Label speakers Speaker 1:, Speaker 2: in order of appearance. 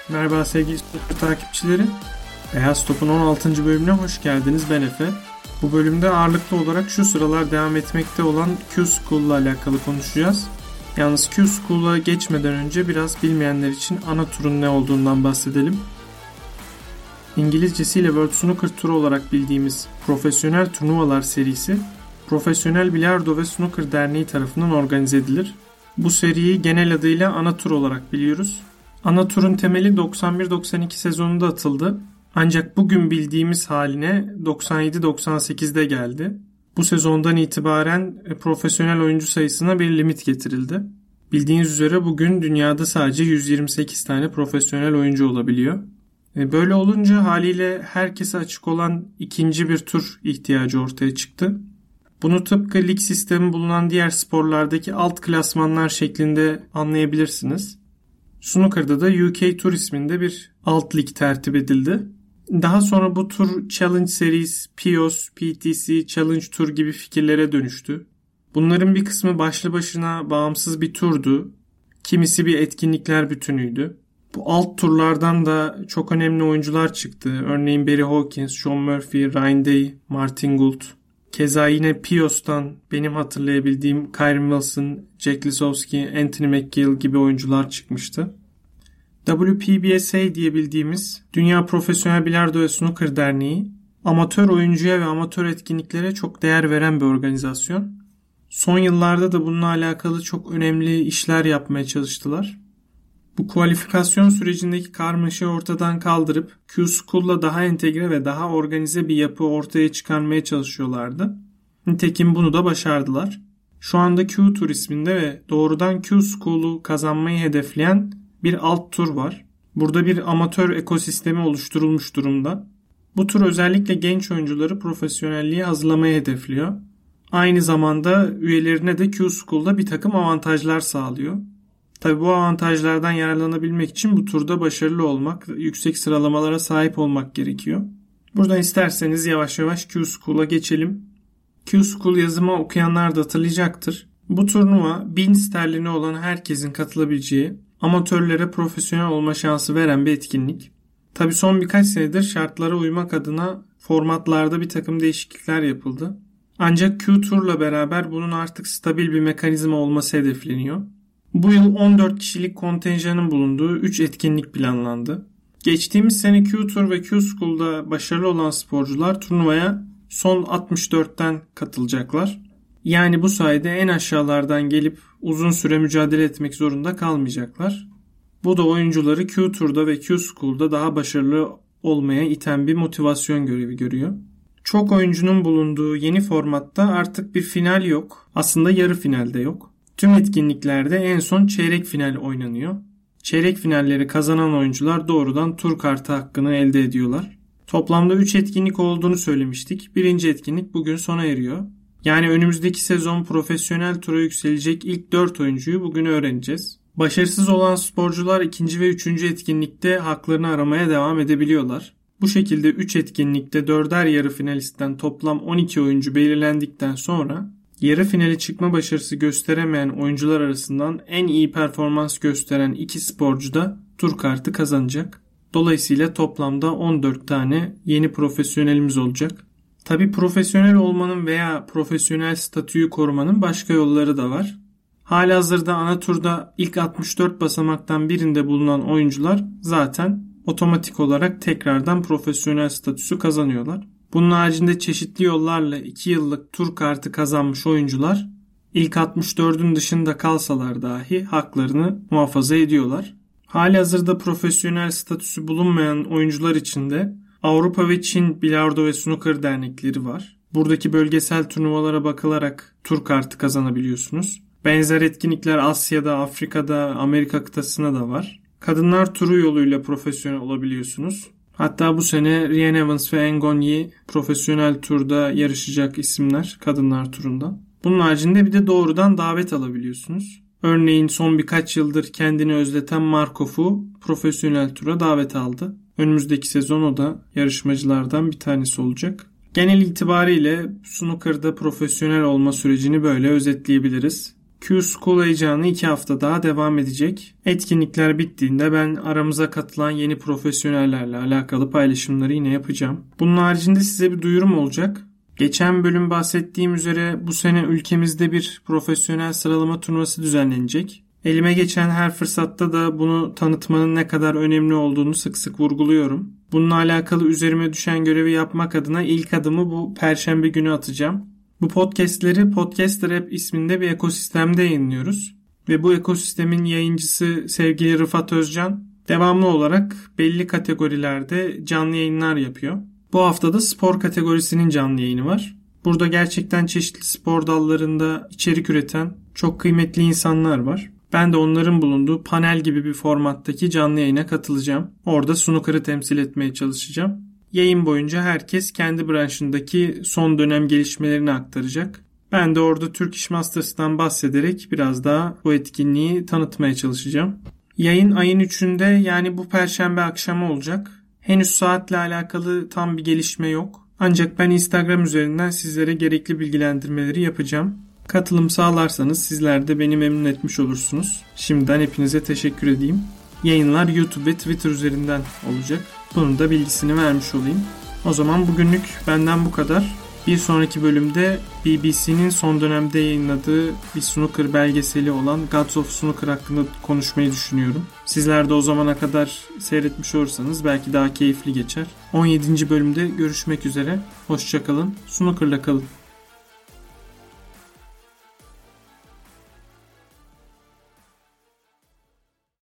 Speaker 1: Merhaba sevgili Snooker takipçileri. Beyaz Top'un 16. bölümüne hoş geldiniz. Ben Efe. Bu bölümde ağırlıklı olarak şu sıralar devam etmekte olan Q-School ile alakalı konuşacağız. Yalnız Q-School'a geçmeden önce biraz bilmeyenler için ana turun ne olduğundan bahsedelim. İngilizcesiyle World Snooker Tour olarak bildiğimiz profesyonel turnuvalar serisi Profesyonel Bilardo ve Snooker Derneği tarafından organize edilir. Bu seriyi genel adıyla ana tur olarak biliyoruz. Ana turun temeli 91-92 sezonunda atıldı. Ancak bugün bildiğimiz haline 97-98'de geldi. Bu sezondan itibaren profesyonel oyuncu sayısına bir limit getirildi. Bildiğiniz üzere bugün dünyada sadece 128 tane profesyonel oyuncu olabiliyor. Böyle olunca haliyle herkese açık olan ikinci bir tur ihtiyacı ortaya çıktı. Bunu tıpkı lig sistemi bulunan diğer sporlardaki alt klasmanlar şeklinde anlayabilirsiniz. Snooker'da da UK Tour isminde bir alt lig tertip edildi. Daha sonra bu tur Challenge Series, PIOS, PTC, Challenge Tour gibi fikirlere dönüştü. Bunların bir kısmı başlı başına bağımsız bir turdu. Kimisi bir etkinlikler bütünüydü. Bu alt turlardan da çok önemli oyuncular çıktı. Örneğin Barry Hawkins, John Murphy, Ryan Day, Martin Gould. Keza yine PIOS'tan benim hatırlayabildiğim Kyren Wilson, Jack Lisowski, Anthony McGill gibi oyuncular çıkmıştı. WPBSA diye bildiğimiz Dünya Profesyonel Bilardo ve Snooker Derneği, amatör oyuncuya ve amatör etkinliklere çok değer veren bir organizasyon. Son yıllarda da bununla alakalı çok önemli işler yapmaya çalıştılar. Bu kualifikasyon sürecindeki karmaşayı ortadan kaldırıp Q-School'la daha entegre ve daha organize bir yapı ortaya çıkarmaya çalışıyorlardı. Nitekim bunu da başardılar. Şu anda Q-Tour isminde ve doğrudan Q-School'u kazanmayı hedefleyen bir alt tur var. Burada bir amatör ekosistemi oluşturulmuş durumda. Bu tur özellikle genç oyuncuları profesyonelliğe hazırlamayı hedefliyor. Aynı zamanda üyelerine de Q-School'da bir takım avantajlar sağlıyor. Tabii bu avantajlardan yararlanabilmek için bu turda başarılı olmak, yüksek sıralamalara sahip olmak gerekiyor. Buradan isterseniz yavaş yavaş Q-School'a geçelim. Q-School yazımı okuyanlar da hatırlayacaktır. Bu turnuva 1000 sterlini olan herkesin katılabileceği, amatörlere profesyonel olma şansı veren bir etkinlik. Tabii son birkaç senedir şartlara uymak adına formatlarda bir takım değişiklikler yapıldı. Ancak Q-Tour'la beraber bunun artık stabil bir mekanizma olması hedefleniyor. Bu yıl 14 kişilik kontenjanın bulunduğu 3 etkinlik planlandı. Geçtiğimiz sene Q-Tour ve Q-School'da başarılı olan sporcular turnuvaya son 64'ten katılacaklar. Yani bu sayede en aşağılardan gelip uzun süre mücadele etmek zorunda kalmayacaklar. Bu da oyuncuları Q-Tour'da ve Q-School'da daha başarılı olmaya iten bir motivasyon görevi görüyor. Çok oyuncunun bulunduğu yeni formatta artık bir final yok. Aslında yarı final de yok. Tüm etkinliklerde en son çeyrek final oynanıyor. Çeyrek finalleri kazanan oyuncular doğrudan tur kartı hakkını elde ediyorlar. Toplamda 3 etkinlik olduğunu söylemiştik. Birinci etkinlik bugün sona eriyor. Yani önümüzdeki sezon profesyonel tura yükselecek ilk 4 oyuncuyu bugün öğreneceğiz. Başarısız olan sporcular ikinci ve üçüncü etkinlikte haklarını aramaya devam edebiliyorlar. Bu şekilde 3 etkinlikte 4'er yarı finalistten toplam 12 oyuncu belirlendikten sonra yarı finale çıkma başarısı gösteremeyen oyuncular arasından en iyi performans gösteren 2 sporcu da tur kartı kazanacak. Dolayısıyla toplamda 14 tane yeni profesyonelimiz olacak. Tabii profesyonel olmanın veya profesyonel statüyü korumanın başka yolları da var. Halihazırda ana turda ilk 64 basamaktan birinde bulunan oyuncular zaten otomatik olarak tekrardan profesyonel statüsü kazanıyorlar. Bunun haricinde çeşitli yollarla 2 yıllık tur kartı kazanmış oyuncular ilk 64'ün dışında kalsalar dahi haklarını muhafaza ediyorlar. Halihazırda profesyonel statüsü bulunmayan oyuncular için de Avrupa ve Çin Bilardo ve Snooker dernekleri var. Buradaki bölgesel turnuvalara bakılarak tur kartı kazanabiliyorsunuz. Benzer etkinlikler Asya'da, Afrika'da, Amerika kıtasına da var. Kadınlar turu yoluyla profesyonel olabiliyorsunuz. Hatta bu sene Ryan Evans ve Ngon Yi profesyonel turda yarışacak isimler kadınlar turunda. Bunun haricinde bir de doğrudan davet alabiliyorsunuz. Örneğin son birkaç yıldır kendini özleten Markov'u profesyonel tura davet aldı. Önümüzdeki sezon o da yarışmacılardan bir tanesi olacak. Genel itibariyle snooker'da profesyonel olma sürecini böyle özetleyebiliriz. Q-School heyecanı 2 hafta daha devam edecek. Etkinlikler bittiğinde ben aramıza katılan yeni profesyonellerle alakalı paylaşımları yine yapacağım. Bunun haricinde size bir duyurum olacak. Geçen bölüm bahsettiğim üzere bu sene ülkemizde bir profesyonel sıralama turnuvası düzenlenecek. Elime geçen her fırsatta da bunu tanıtmanın ne kadar önemli olduğunu sık sık vurguluyorum. Bununla alakalı üzerime düşen görevi yapmak adına ilk adımı bu Perşembe günü atacağım. Bu podcastleri Podcaster App isminde bir ekosistemde yayınlıyoruz. Ve bu ekosistemin yayıncısı sevgili Rıfat Özcan devamlı olarak belli kategorilerde canlı yayınlar yapıyor. Bu hafta da spor kategorisinin canlı yayını var. Burada gerçekten çeşitli spor dallarında içerik üreten çok kıymetli insanlar var. Ben de onların bulunduğu panel gibi bir formattaki canlı yayına katılacağım. Orada snooker'ı temsil etmeye çalışacağım. Yayın boyunca herkes kendi branşındaki son dönem gelişmelerini aktaracak. Ben de orada Turkish Masters'tan bahsederek biraz daha bu etkinliği tanıtmaya çalışacağım. Yayın ayın 3'ünde yani bu perşembe akşamı olacak. Henüz saatle alakalı tam bir gelişme yok. Ancak ben Instagram üzerinden sizlere gerekli bilgilendirmeleri yapacağım. Katılım sağlarsanız sizler de beni memnun etmiş olursunuz. Şimdiden hepinize teşekkür edeyim. Yayınlar YouTube ve Twitter üzerinden olacak. Bunun da bilgisini vermiş olayım. O zaman bugünlük benden bu kadar. Bir sonraki bölümde BBC'nin son dönemde yayınladığı bir snooker belgeseli olan Gods of Snooker hakkında konuşmayı düşünüyorum. Sizler de o zamana kadar seyretmiş olursanız belki daha keyifli geçer. 17. bölümde görüşmek üzere. Hoşça kalın. Snooker'la kalın.